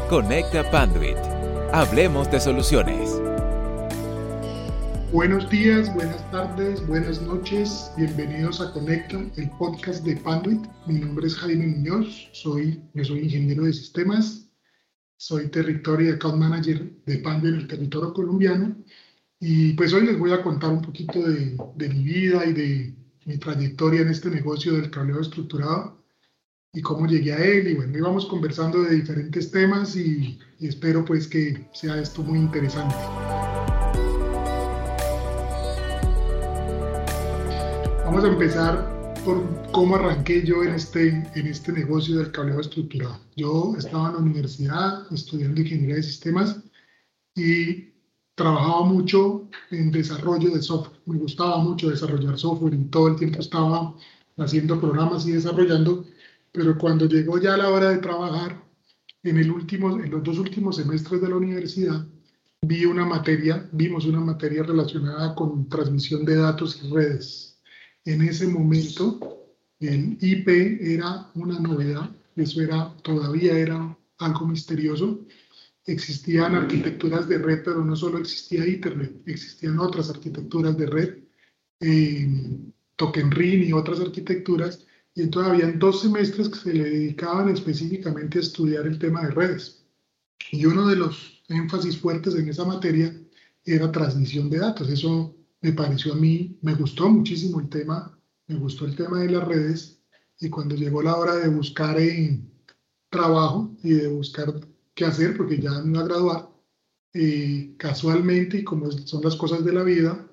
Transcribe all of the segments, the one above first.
Conecta Panduit. Hablemos de soluciones. Buenos días, buenas tardes, buenas noches. Bienvenidos a Conecta, el podcast de Panduit. Mi nombre es Jaime Muñoz, yo soy ingeniero de sistemas, soy Territory Account Manager de Panduit en el territorio colombiano. Y pues hoy les voy a contar un poquito de mi vida y de mi trayectoria en este negocio del cableado estructurado y cómo llegué a él. Y bueno, íbamos conversando de diferentes temas y espero pues que sea esto muy interesante. Vamos a empezar por cómo arranqué yo en este negocio del cableado estructurado. Yo estaba en la universidad estudiando ingeniería de sistemas y trabajaba mucho en desarrollo de software. Me gustaba mucho desarrollar software y todo el tiempo estaba haciendo programas y desarrollando, pero cuando llegó ya la hora de trabajar, en los 2 últimos semestres de la universidad, vimos una materia relacionada con transmisión de datos y redes. En ese momento, el IP era una novedad, todavía era algo misterioso. Existían arquitecturas de red, pero no solo existía Ethernet, existían otras arquitecturas de red, Token Ring y otras arquitecturas, y entonces habían 2 semestres que se le dedicaban específicamente a estudiar el tema de redes. Y uno de los énfasis fuertes en esa materia era transmisión de datos. Eso me pareció a mí, me gustó muchísimo el tema, me gustó el tema de las redes, y cuando llegó la hora de buscar trabajo y de buscar qué hacer, porque ya me iba a graduar, casualmente, y como son las cosas de la vida,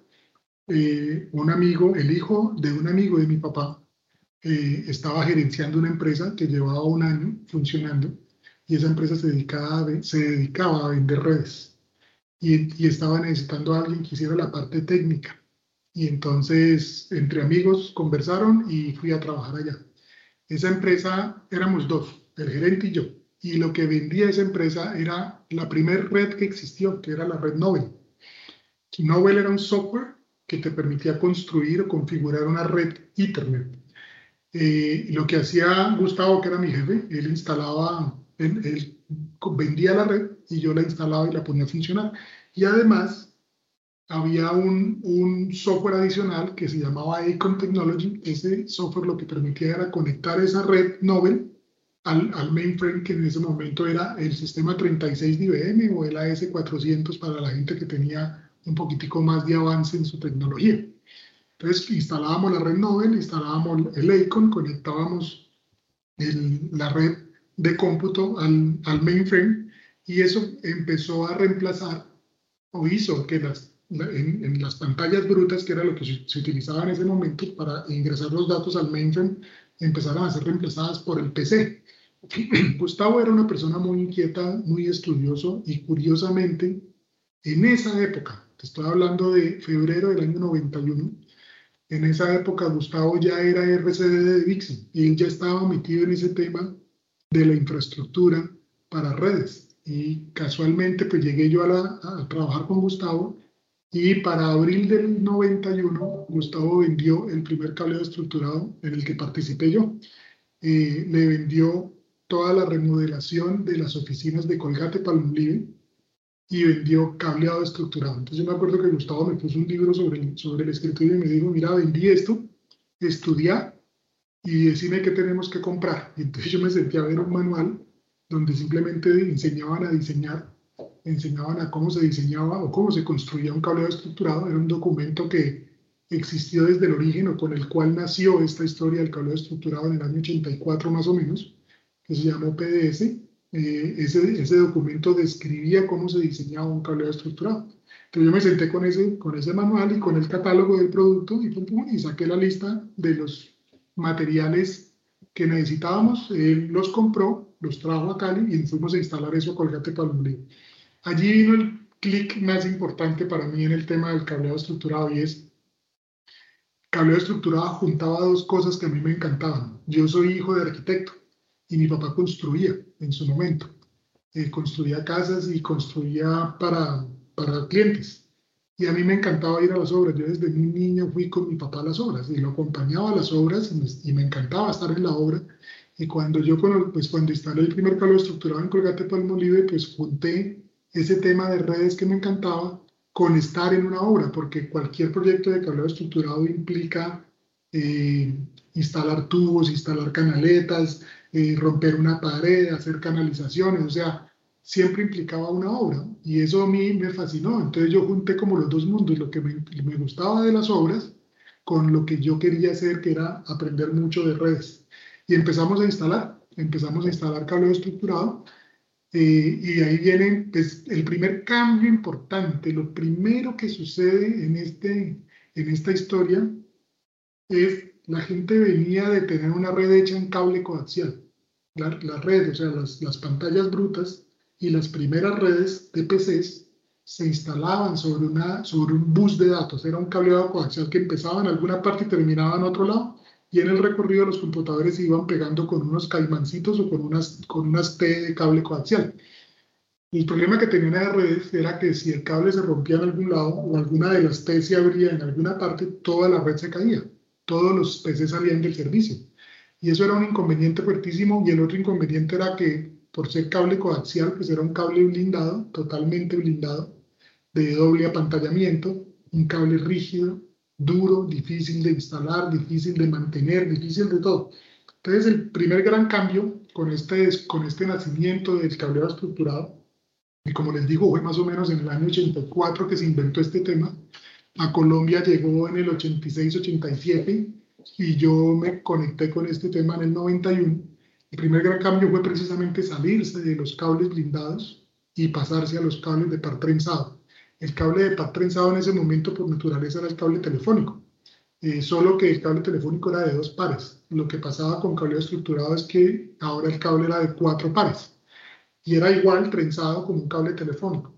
un amigo, el hijo de un amigo de mi papá, estaba gerenciando una empresa que llevaba 1 año funcionando, y esa empresa se dedicaba a vender redes, y estaba necesitando a alguien que hiciera la parte técnica. Y entonces, entre amigos, conversaron y fui a trabajar allá. Esa empresa, éramos 2, el gerente y yo, y lo que vendía esa empresa era la primera red que existió, que era la red Novell. Novell era un software que te permitía construir o configurar una red Ethernet. Lo que hacía Gustavo, que era mi jefe, él vendía la red y yo la instalaba y la ponía a funcionar. Y además había un software adicional que se llamaba Acon Technology. Ese software lo que permitía era conectar esa red Novell al mainframe, que en ese momento era el sistema 36 de IBM o el AS400 para la gente que tenía un poquitico más de avance en su tecnología. Entonces instalábamos la red Novell, instalábamos el Acon, conectábamos la red de cómputo al mainframe, y eso empezó a reemplazar o hizo que en las pantallas brutas, que era lo que se utilizaba en ese momento para ingresar los datos al mainframe, empezaron a ser reemplazadas por el PC. Gustavo era una persona muy inquieta, muy estudioso, y curiosamente, en esa época, te estoy hablando de febrero del año 91, en esa época Gustavo ya era RCD de Dixie y él ya estaba metido en ese tema de la infraestructura para redes. Y casualmente pues llegué yo a trabajar con Gustavo, y para abril del 91 Gustavo vendió el primer cableado estructurado en el que participé yo. Le vendió toda la remodelación de las oficinas de Colgate-Palmolive y vendió cableado estructurado. Entonces yo me acuerdo que Gustavo me puso un libro sobre el escritorio y me dijo: mira, vendí esto, estudia y decime qué tenemos que comprar. Y entonces yo me senté a ver un manual donde simplemente enseñaban a diseñar, enseñaban a cómo se diseñaba o cómo se construía un cableado estructurado. Era un documento que existió desde el origen, o con el cual nació esta historia del cableado estructurado en el año 84 más o menos, que se llamó PDS. Ese documento describía cómo se diseñaba un cableado estructurado. Entonces yo me senté con ese manual y con el catálogo del producto y saqué la lista de los materiales que necesitábamos. Él los compró, los trajo a Cali y fuimos a instalar eso a Colgate-Palmolive. Allí vino el clic más importante para mí en el tema del cableado estructurado, y es: cableado estructurado juntaba 2 cosas que a mí me encantaban. Yo soy hijo de arquitecto y mi papá construía en su momento. Construía casas y construía para clientes. Y a mí me encantaba ir a las obras. Yo desde muy niño fui con mi papá a las obras y lo acompañaba a las obras, y me encantaba estar en la obra. Y cuando cuando instalé el primer cable estructurado en Colgate-Palmolive, pues junté ese tema de redes que me encantaba con estar en una obra, porque cualquier proyecto de cableado estructurado implica eh, instalar tubos, instalar canaletas, romper una pared, hacer canalizaciones, o sea, siempre implicaba una obra y eso a mí me fascinó. Entonces yo junté como los dos mundos, lo que me gustaba de las obras con lo que yo quería hacer, que era aprender mucho de redes. Y empezamos a instalar cableado estructurado y de ahí viene pues, el primer cambio importante, lo primero que sucede en esta historia es la gente venía de tener una red hecha en cable coaxial. La red, o sea, las pantallas brutas y las primeras redes de PCs se instalaban sobre un bus de datos. Era un cableado coaxial que empezaba en alguna parte y terminaba en otro lado. Y en el recorrido los computadores se iban pegando con unos caimancitos o con unas T de cable coaxial. El problema que tenían las redes era que si el cable se rompía en algún lado o alguna de las T se abría en alguna parte, toda la red se caía. Todos los PC salían del servicio. Y eso era un inconveniente fuertísimo. Y el otro inconveniente era que por ser cable coaxial, pues era un cable blindado, totalmente blindado, de doble apantallamiento, un cable rígido, duro, difícil de instalar, difícil de mantener, difícil de todo. Entonces el primer gran cambio con este nacimiento del cableado estructurado, y como les digo, fue más o menos en el año 84 que se inventó este tema. A Colombia llegó en el 86-87 y yo me conecté con este tema en el 91. El primer gran cambio fue precisamente salirse de los cables blindados y pasarse a los cables de par trenzado. El cable de par trenzado en ese momento por naturaleza era el cable telefónico, solo que el cable telefónico era de 2 pares. Lo que pasaba con cableado estructurado es que ahora el cable era de 4 pares y era igual trenzado como un cable telefónico.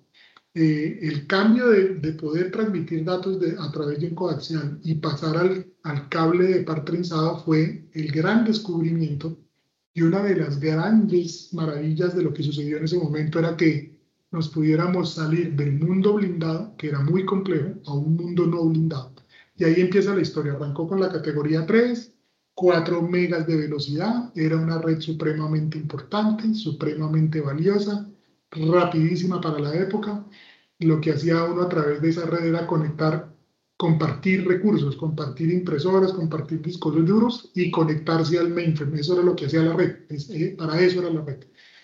El cambio de poder transmitir datos a través de un coaxial y pasar al cable de par trenzado fue el gran descubrimiento, y una de las grandes maravillas de lo que sucedió en ese momento era que nos pudiéramos salir del mundo blindado, que era muy complejo, a un mundo no blindado. Y ahí empieza la historia. Arrancó con la categoría 3, 4 megas de velocidad, era una red supremamente importante, supremamente valiosa, rapidísima para la época. Lo que hacía uno a través de esa red era compartir recursos, compartir impresoras, compartir discos duros y conectarse al mainframe. Eso era lo que hacía la red, para eso era la red.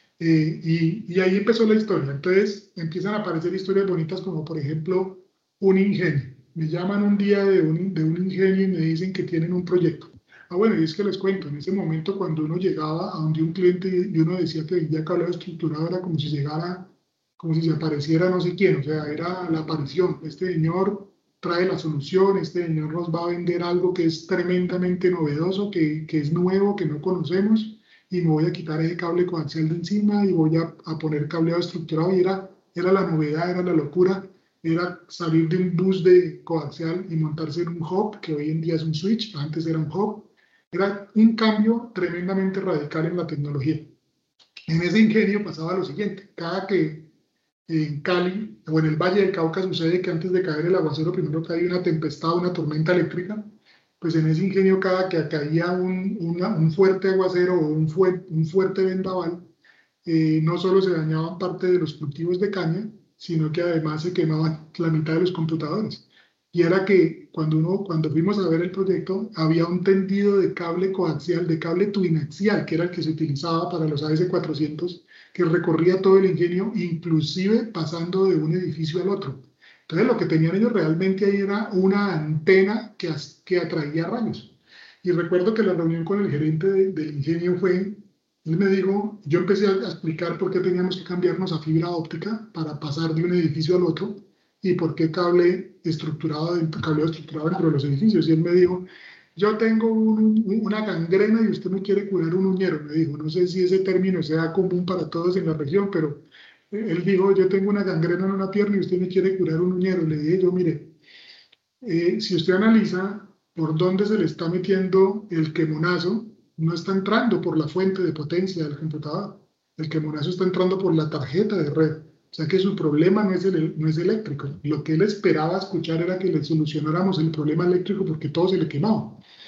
Y ahí empezó la historia. Entonces empiezan a aparecer historias bonitas como por ejemplo un ingenio. Me llaman un día de un ingenio y me dicen que tienen un proyecto. Ah, bueno, y es que les cuento, en ese momento cuando uno llegaba a donde un cliente y uno decía que vendía cableado estructurado, era como si llegara, como si se apareciera no sé quién, o sea, era la aparición. Este señor trae la solución, este señor nos va a vender algo que es tremendamente novedoso, que es nuevo, que no conocemos, y me voy a quitar ese cable coaxial de encima y voy a poner cableado estructurado, y era la novedad, era la locura, era salir de un bus de coaxial y montarse en un hub, que hoy en día es un switch, antes era un hub. Era un cambio tremendamente radical en la tecnología. En ese ingenio pasaba lo siguiente: cada que en Cali o en el Valle del Cauca sucede que antes de caer el aguacero primero cae una tempestad, una tormenta eléctrica, pues en ese ingenio cada que caía un fuerte aguacero o un fuerte vendaval, no solo se dañaban parte de los cultivos de caña, sino que además se quemaban la mitad de los computadores. Y era que cuando fuimos a ver el proyecto, había un tendido de cable coaxial, de cable twinaxial, que era el que se utilizaba para los AS400, que recorría todo el ingenio, inclusive pasando de un edificio al otro. Entonces lo que tenían ellos realmente ahí era una antena que atraía rayos. Y recuerdo que la reunión con el gerente del ingenio fue, él me dijo, yo empecé a explicar por qué teníamos que cambiarnos a fibra óptica para pasar de un edificio al otro, y por qué cableado estructurado dentro de los edificios. Y él me dijo, yo tengo una gangrena y usted me quiere curar un uñero, me dijo. No sé si ese término sea común para todos en la región, pero él dijo, yo tengo una gangrena en una pierna y usted me quiere curar un uñero. Le dije yo, mire, si usted analiza por dónde se le está metiendo el quemonazo, no está entrando por la fuente de potencia del computador. El quemonazo está entrando por la tarjeta de red. O sea que su problema no es eléctrico. Lo que él esperaba escuchar era que le solucionáramos el problema eléctrico porque todo se le quemaba.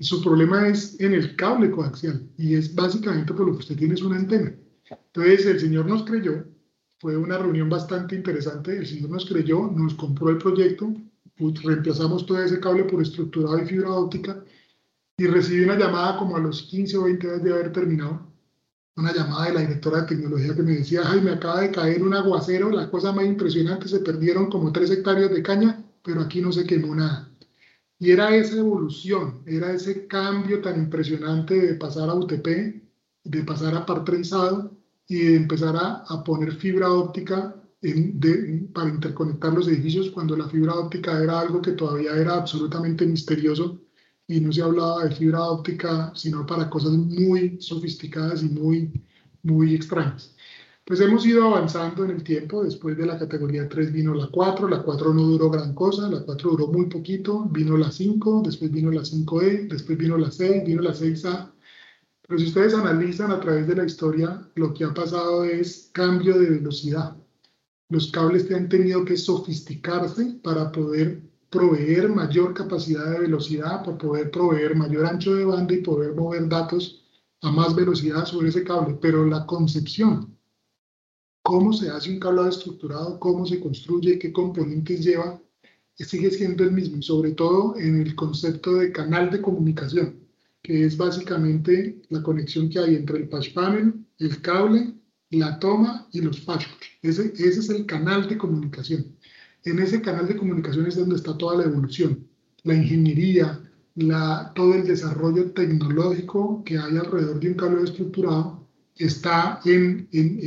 Su problema es en el cable coaxial y es básicamente por lo que usted tiene es una antena. Entonces el señor nos creyó, fue una reunión bastante interesante, el señor nos creyó, nos compró el proyecto, reemplazamos todo ese cable por estructurado y fibra óptica y recibí una llamada como a los 15 o 20 días de haber terminado, una llamada de la directora de tecnología que me decía, ay, me acaba de caer un aguacero, la cosa más impresionante, se perdieron como 3 hectáreas de caña, pero aquí no se quemó nada. Y era esa evolución, era ese cambio tan impresionante de pasar a UTP, de pasar a par trenzado y de empezar a poner fibra óptica para interconectar los edificios cuando la fibra óptica era algo que todavía era absolutamente misterioso y no se hablaba de fibra óptica sino para cosas muy sofisticadas y muy extrañas. Pues hemos ido avanzando en el tiempo, después de la categoría 3 vino la 4 no duró gran cosa, la 4 duró muy poquito, vino la 5, después vino la 5E, después vino la 6, vino la 6A, pero si ustedes analizan a través de la historia, lo que ha pasado es cambio de velocidad. Los cables han tenido que sofisticarse para poder proveer mayor capacidad de velocidad, para poder proveer mayor ancho de banda y poder mover datos a más velocidad sobre ese cable, pero la concepción, cómo se hace un cablado estructurado, cómo se construye, qué componentes lleva, sigue siendo el mismo, y sobre todo en el concepto de canal de comunicación, que es básicamente la conexión que hay entre el patch panel, el cable, la toma y los patch. Ese es el canal de comunicación. En ese canal de comunicación es donde está toda la evolución, la ingeniería, todo el desarrollo tecnológico que hay alrededor de un cable estructurado está en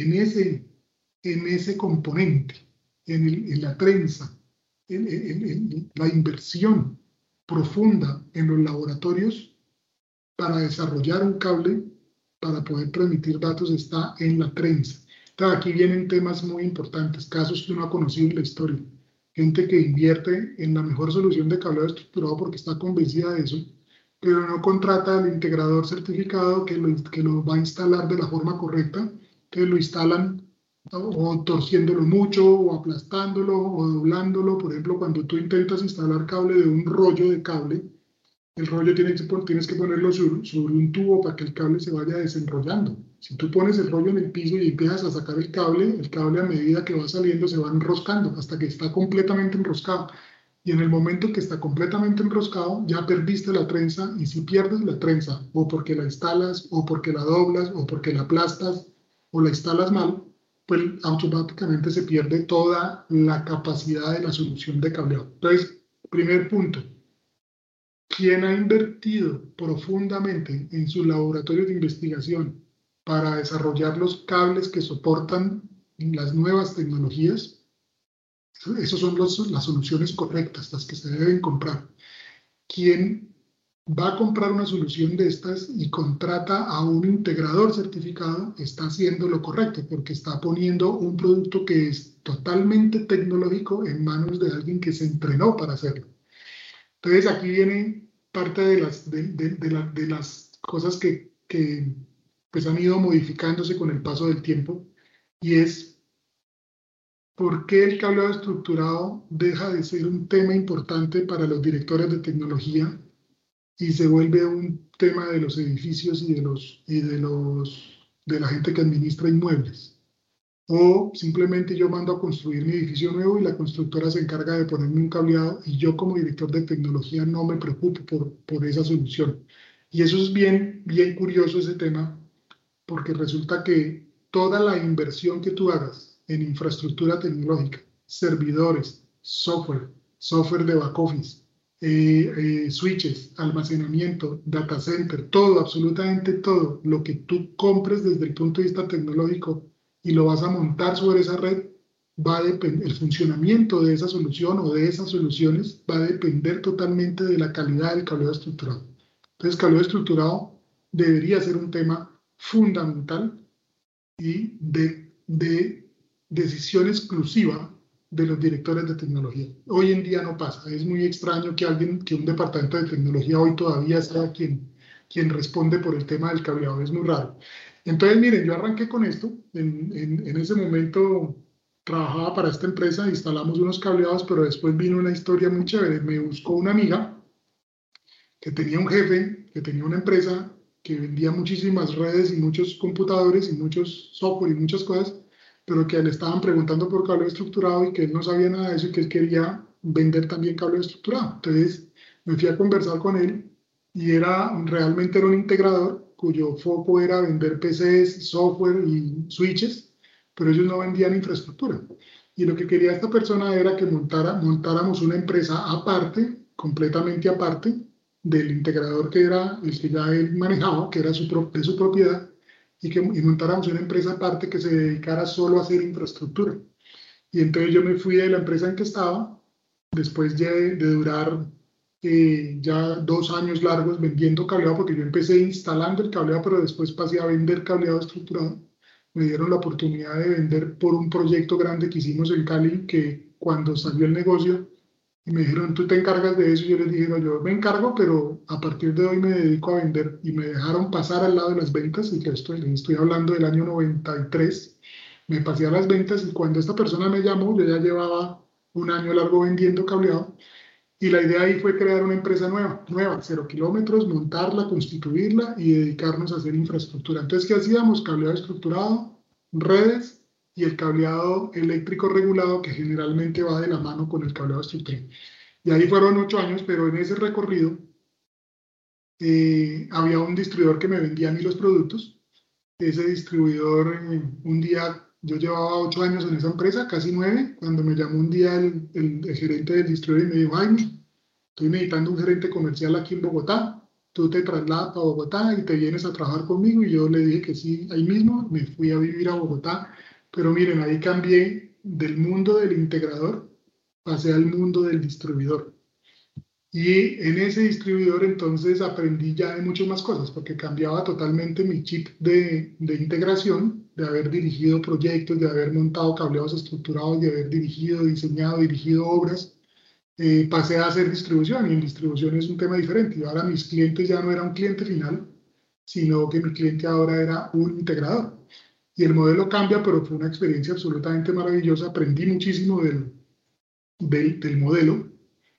ese componente, en la trenza, en la inversión profunda en los laboratorios para desarrollar un cable para poder transmitir datos está en la trenza. Entonces aquí vienen temas muy importantes, casos que uno ha conocido en la historia. Gente que invierte en la mejor solución de cableado estructurado porque está convencida de eso, pero no contrata al integrador certificado que lo va a instalar de la forma correcta, que lo instalan o torciéndolo mucho, o aplastándolo, o doblándolo. Por ejemplo, cuando tú intentas instalar cable de un rollo de cable, el rollo tienes que ponerlo sobre un tubo para que el cable se vaya desenrollando. Si tú pones el rollo en el piso y empiezas a sacar el cable a medida que va saliendo se va enroscando hasta que está completamente enroscado. Y en el momento que está completamente enroscado, ya perdiste la trenza, y si pierdes la trenza, o porque la instalas, o porque la doblas, o porque la aplastas, o la instalas mal, pues automáticamente se pierde toda la capacidad de la solución de cableado. Entonces, primer punto, quien ha invertido profundamente en sus laboratorios de investigación para desarrollar los cables que soportan las nuevas tecnologías, esas son las soluciones correctas, las que se deben comprar. Quien va a comprar una solución de estas y contrata a un integrador certificado, está haciendo lo correcto, porque está poniendo un producto que es totalmente tecnológico en manos de alguien que se entrenó para hacerlo. Entonces aquí viene parte de las cosas que pues han ido modificándose con el paso del tiempo, y es por qué el cableado estructurado deja de ser un tema importante para los directores de tecnología y se vuelve un tema de los edificios y de la gente que administra inmuebles. O simplemente yo mando a construir mi edificio nuevo y la constructora se encarga de ponerme un cableado y yo como director de tecnología no me preocupo por esa solución. Y eso es bien curioso ese tema, porque resulta que toda la inversión que tú hagas en infraestructura tecnológica, servidores, software de back office, switches, almacenamiento, data center, todo, absolutamente todo lo que tú compres desde el punto de vista tecnológico y lo vas a montar sobre esa red, el funcionamiento de esa solución o de esas soluciones va a depender totalmente de la calidad del cableado estructurado. Entonces, cableado estructurado debería ser un tema fundamental y de decisión exclusiva de los directores de tecnología. Hoy en día no pasa. Es muy extraño que un departamento de tecnología hoy todavía sea quien responde por el tema del cableado. Es muy raro. Entonces, miren, yo arranqué con esto. En ese momento trabajaba para esta empresa, instalamos unos cableados, pero después vino una historia muy chévere. Me buscó una amiga que tenía un jefe, que tenía una empresa que vendía muchísimas redes y muchos computadores y muchos software y muchas cosas, pero que le estaban preguntando por cableado estructurado y que él no sabía nada de eso y que él quería vender también cableado estructurado. Entonces me fui a conversar con él y realmente era un integrador cuyo foco era vender PCs, software y switches, pero ellos no vendían infraestructura. Y lo que quería esta persona era que montáramos una empresa aparte, completamente aparte, del integrador que era el que ya él manejaba, que era de su propiedad, y montáramos una empresa aparte que se dedicara solo a hacer infraestructura. Y entonces yo me fui de la empresa en que estaba, después de durar ya 2 años largos vendiendo cableado, porque yo empecé instalando el cableado, pero después pasé a vender cableado estructurado. Me dieron la oportunidad de vender por un proyecto grande que hicimos en Cali, que cuando salió el negocio, y me dijeron, ¿tú te encargas de eso? Y yo les dije, no, yo me encargo, pero a partir de hoy me dedico a vender. Y me dejaron pasar al lado de las ventas, y que estoy hablando del año 93. Me pasé a las ventas y cuando esta persona me llamó, yo ya llevaba un año largo vendiendo cableado. Y la idea ahí fue crear una empresa nueva, 0 kilómetros, montarla, constituirla y dedicarnos a hacer infraestructura. Entonces, ¿qué hacíamos? Cableado estructurado, redes y el cableado eléctrico regulado, que generalmente va de la mano con el cableado estructurado. Y ahí fueron 8 años, pero en ese recorrido había un distribuidor que me vendía a mí los productos. Ese distribuidor, un día, yo llevaba 8 años en esa empresa, casi 9, cuando me llamó un día el gerente del distribuidor y me dijo, Jaime, estoy necesitando un gerente comercial aquí en Bogotá, tú te trasladas a Bogotá y te vienes a trabajar conmigo. Y yo le dije que sí, ahí mismo me fui a vivir a Bogotá. Pero miren, ahí cambié del mundo del integrador, pasé al mundo del distribuidor. Y en ese distribuidor entonces aprendí ya de muchas más cosas, porque cambiaba totalmente mi chip de integración, de haber dirigido proyectos, de haber montado cableados estructurados, de haber diseñado, dirigido obras. Pasé a hacer distribución, y en distribución es un tema diferente. Y ahora mis clientes ya no eran un cliente final, sino que mi cliente ahora era un integrador. Y el modelo cambia, pero fue una experiencia absolutamente maravillosa. Aprendí muchísimo del modelo.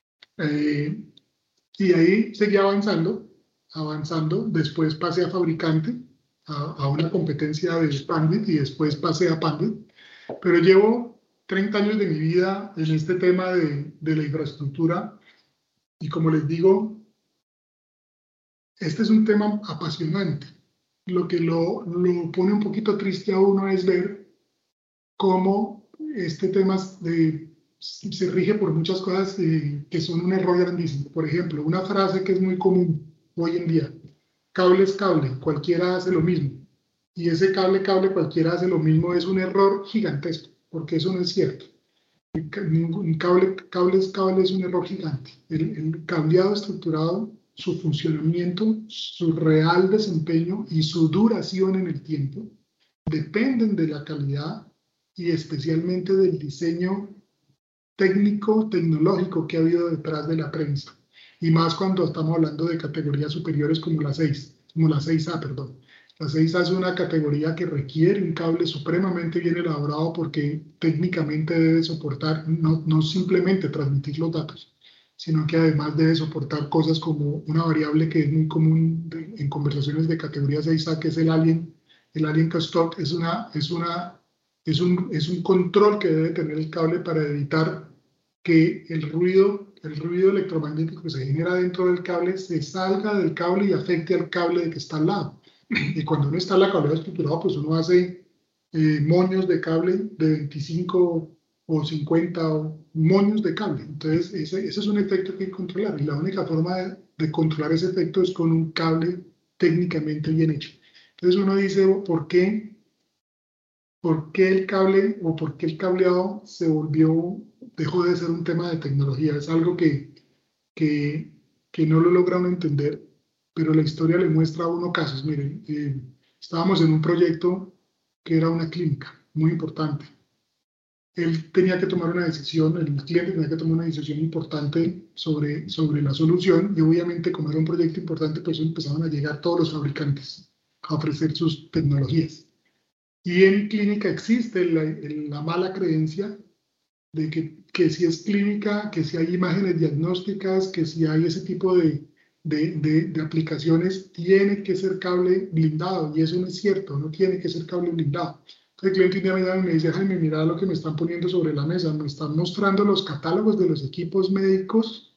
Y ahí seguí avanzando. Después pasé a fabricante, a una competencia de Pandit, y después pasé a Pandit. Pero llevo 30 años de mi vida en este tema de la infraestructura. Y como les digo, este es un tema apasionante. Lo que lo pone un poquito triste a uno es ver cómo este tema se rige por muchas cosas que son un error grandísimo. Por ejemplo, una frase que es muy común hoy en día: cable es cable, cualquiera hace lo mismo. Y ese cable, cualquiera hace lo mismo, es un error gigantesco, porque eso no es cierto. Un cable es un error gigante. El cableado estructurado, su funcionamiento, su real desempeño y su duración en el tiempo dependen de la calidad y especialmente del diseño técnico, tecnológico que ha habido detrás de la prensa. Y más cuando estamos hablando de categorías superiores como la 6A, perdón. La 6A es una categoría que requiere un cable supremamente bien elaborado, porque técnicamente debe soportar no simplemente transmitir los datos, sino que además debe soportar cosas como una variable que es muy común en conversaciones de categoría 6A, que es el alien. El alien crosstalk es un control que debe tener el cable para evitar que el ruido electromagnético que se genera dentro del cable se salga del cable y afecte al cable de que está al lado. Y cuando uno instala cableado estructurado, pues uno hace moños de cable de 25 o 50 moños de cable. Entonces, ese es un efecto que hay que controlar. Y la única forma de controlar ese efecto es con un cable técnicamente bien hecho. Entonces uno dice, ¿por qué el cable o por qué el cableado dejó de ser un tema de tecnología? Es algo que no lo logra uno entender, pero la historia le muestra a uno casos. Miren, estábamos en un proyecto que era una clínica muy importante. Él tenía que tomar una decisión, el cliente tenía que tomar una decisión importante sobre la solución, y obviamente, como era un proyecto importante, pues empezaron a llegar todos los fabricantes a ofrecer sus tecnologías. Y en clínica existe la mala creencia de que si es clínica, que si hay imágenes diagnósticas, que si hay ese tipo de de aplicaciones tiene que ser cable blindado, y eso no es cierto, no tiene que ser cable blindado. Entonces el cliente un día me llama y me dice, Jaime, mira lo que me están poniendo sobre la mesa, me están mostrando los catálogos de los equipos médicos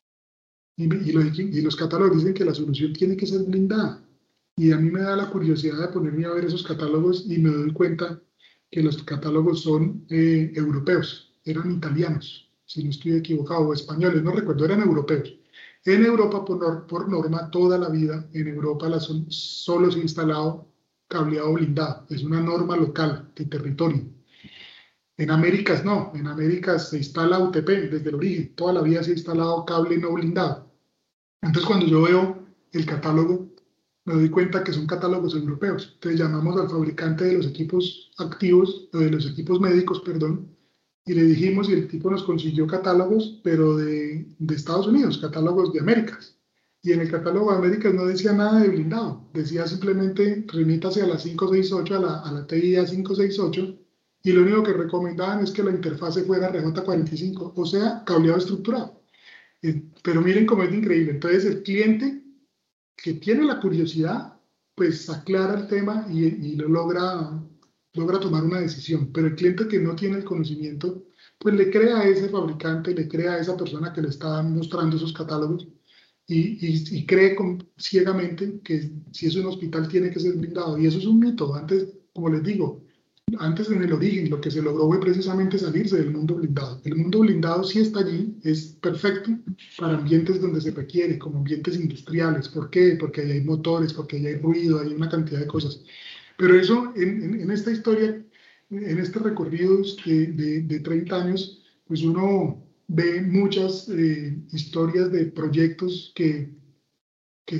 y los catálogos dicen que la solución tiene que ser blindada. Y a mí me da la curiosidad de ponerme a ver esos catálogos y me doy cuenta que los catálogos son europeos, eran italianos, si no estoy equivocado, o españoles, no recuerdo, eran europeos. En Europa, por norma, toda la vida, en Europa solo se ha instalado cableado blindado, es una norma local de territorio. En Américas no, en Américas se instala UTP desde el origen, toda la vida se ha instalado cable no blindado. Entonces cuando yo veo el catálogo, me doy cuenta que son catálogos europeos. Entonces llamamos al fabricante de los equipos activos, o de los equipos médicos, perdón, y le dijimos, y el tipo nos consiguió catálogos, pero de Estados Unidos, catálogos de Américas. Y en el catálogo de Américas no decía nada de blindado, decía simplemente remítase a la 568, a la TIA 568, y lo único que recomendaban es que la interfase fuera RJ45, o sea, cableado estructurado. Pero miren cómo es increíble. Entonces el cliente que tiene la curiosidad, pues aclara el tema y lo logra tomar una decisión. Pero el cliente que no tiene el conocimiento, pues le crea a ese fabricante, le crea a esa persona que le está mostrando esos catálogos y cree ciegamente que si es un hospital tiene que ser blindado. Y eso es un mito. Antes, como les digo, antes en el origen lo que se logró fue precisamente salirse del mundo blindado. El mundo blindado sí está allí, es perfecto para ambientes donde se requiere, como ambientes industriales. ¿Por qué? Porque ahí hay motores, porque ahí hay ruido, hay una cantidad de cosas. Pero eso, en esta historia, en este recorrido de 30 años, pues uno ve muchas historias de proyectos que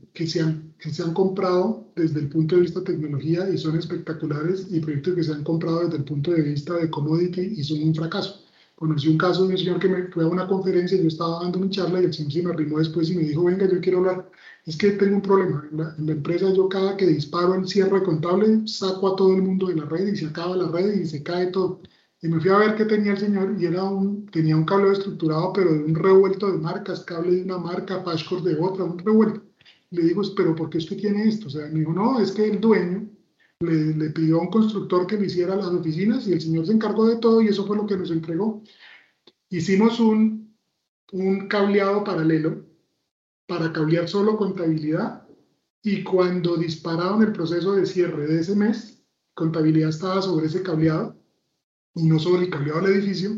se han comprado desde el punto de vista de tecnología y son espectaculares, y proyectos que se han comprado desde el punto de vista de commodity y son un fracaso. Conocí un caso de un señor que me fue a una conferencia, yo estaba dando mi charla y el señor se me arrimó después y me dijo, venga, yo quiero hablar, es que tengo un problema, en la empresa yo cada que disparo el cierre contable saco a todo el mundo de la red y se acaba la red y se cae todo. Y me fui a ver qué tenía el señor y tenía un cableado estructurado, pero de un revuelto de marcas, cable de una marca, patchcord de otra, un revuelto. Le digo, pero ¿por qué usted tiene esto? O sea, me dijo, no, es que el dueño le pidió a un constructor que le hiciera las oficinas y el señor se encargó de todo y eso fue lo que nos entregó. Hicimos un cableado paralelo para cablear solo contabilidad y cuando dispararon el proceso de cierre de ese mes, contabilidad estaba sobre ese cableado y no sobre el cableado del edificio,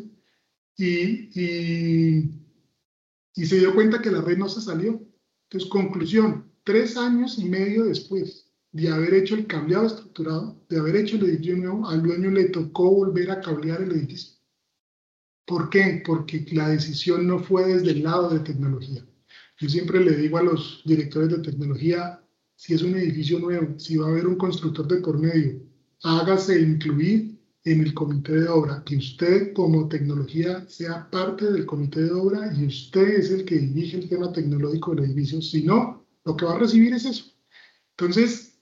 y se dio cuenta que la red no se salió. Entonces, conclusión, 3 años y medio después de haber hecho el cableado estructurado, de haber hecho el edificio nuevo, al dueño le tocó volver a cablear el edificio. ¿Por qué? Porque la decisión no fue desde el lado de tecnología. Yo siempre le digo a los directores de tecnología, si es un edificio nuevo, si va a haber un constructor de por medio, hágase incluir en el comité de obra, que usted como tecnología sea parte del comité de obra y usted es el que dirige el tema tecnológico del edificio. Si no, lo que va a recibir es eso. Entonces,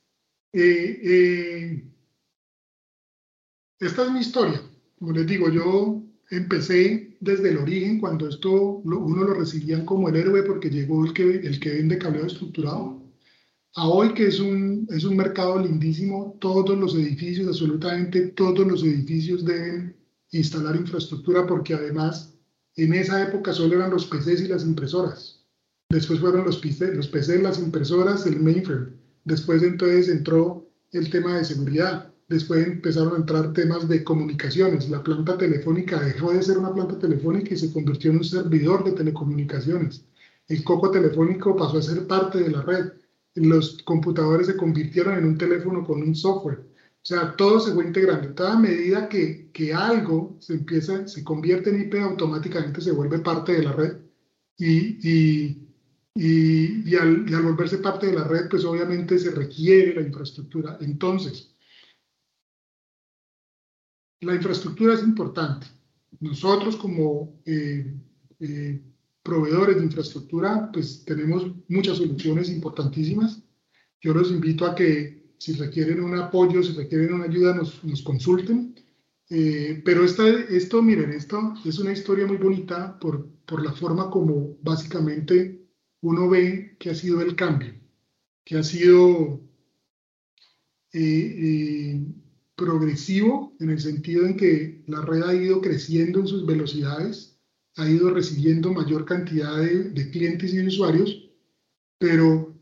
esta es mi historia. Como les digo, yo empecé desde el origen, cuando uno lo recibían como el héroe porque llegó el que vende cableado estructurado. A hoy que es un mercado lindísimo, todos los edificios, absolutamente todos los edificios deben instalar infraestructura porque además en esa época solo eran los PCs y las impresoras. Después fueron los PCs, las impresoras, el mainframe. Después entonces entró el tema de seguridad. Después empezaron a entrar temas de comunicaciones. La planta telefónica dejó de ser una planta telefónica y se convirtió en un servidor de telecomunicaciones. El coco telefónico pasó a ser parte de la red. Los computadores se convirtieron en un teléfono con un software. O sea, todo se fue integrando. Cada medida que algo se convierte en IP, automáticamente se vuelve parte de la red. Y al volverse parte de la red, pues obviamente se requiere la infraestructura. Entonces, la infraestructura es importante. Nosotros como proveedores de infraestructura, pues tenemos muchas soluciones importantísimas. Yo los invito a que si requieren un apoyo, si requieren una ayuda, nos consulten. Pero miren, esto es una historia muy bonita por la forma como básicamente uno ve que ha sido el cambio, que ha sido progresivo en el sentido en que la red ha ido creciendo en sus velocidades, ha ido recibiendo mayor cantidad de clientes y de usuarios, pero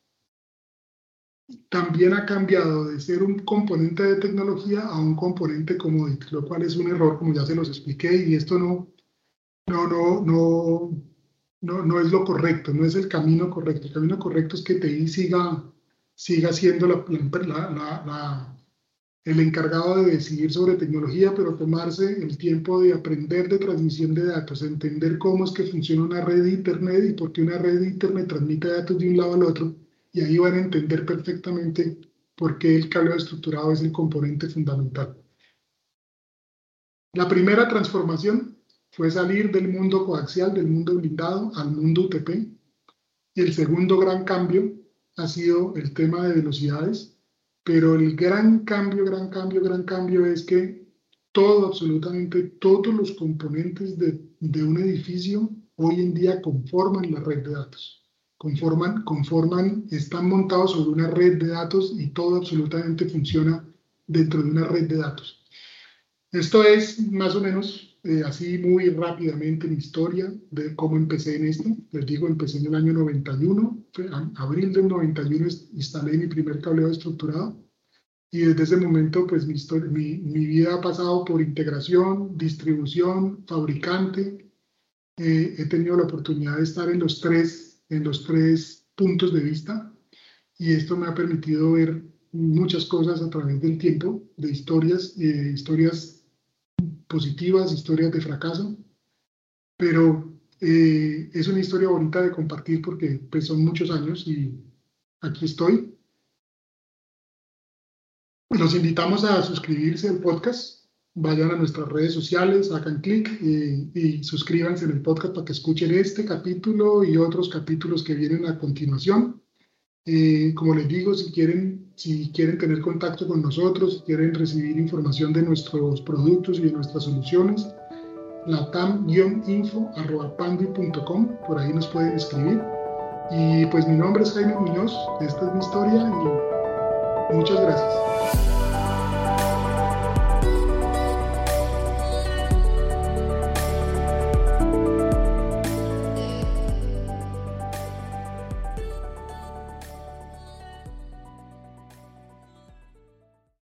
también ha cambiado de ser un componente de tecnología a un componente commodity, lo cual es un error, como ya se los expliqué, y esto no es lo correcto, no es el camino correcto. El camino correcto es que TI siga siendo el encargado de decidir sobre tecnología, pero tomarse el tiempo de aprender de transmisión de datos, entender cómo es que funciona una red de Internet y por qué una red de Internet transmite datos de un lado al otro, y ahí van a entender perfectamente por qué el cableado estructurado es el componente fundamental. La primera transformación fue salir del mundo coaxial, del mundo blindado, al mundo UTP. Y el segundo gran cambio ha sido el tema de velocidades, pero el gran cambio es que absolutamente todos los componentes de un edificio hoy en día conforman la red de datos. Están montados sobre una red de datos y todo absolutamente funciona dentro de una red de datos. Esto es más o menos así muy rápidamente mi historia de cómo empecé en esto. Les digo, empecé en el año 91, abril del 91 instalé mi primer cableado estructurado y desde ese momento pues mi vida ha pasado por integración, distribución, fabricante. He tenido la oportunidad de estar en los tres puntos de vista y esto me ha permitido ver muchas cosas a través del tiempo, de historias positivas, historias de fracaso, pero es una historia bonita de compartir porque pues, son muchos años y aquí estoy. Los invitamos a suscribirse al podcast, vayan a nuestras redes sociales, hagan clic y suscríbanse en el podcast para que escuchen este capítulo y otros capítulos que vienen a continuación. Como les digo, si quieren tener contacto con nosotros, si quieren recibir información de nuestros productos y de nuestras soluciones, latam-info@pandy.com, por ahí nos pueden escribir. Y pues mi nombre es Jaime Muñoz, esta es mi historia y muchas gracias.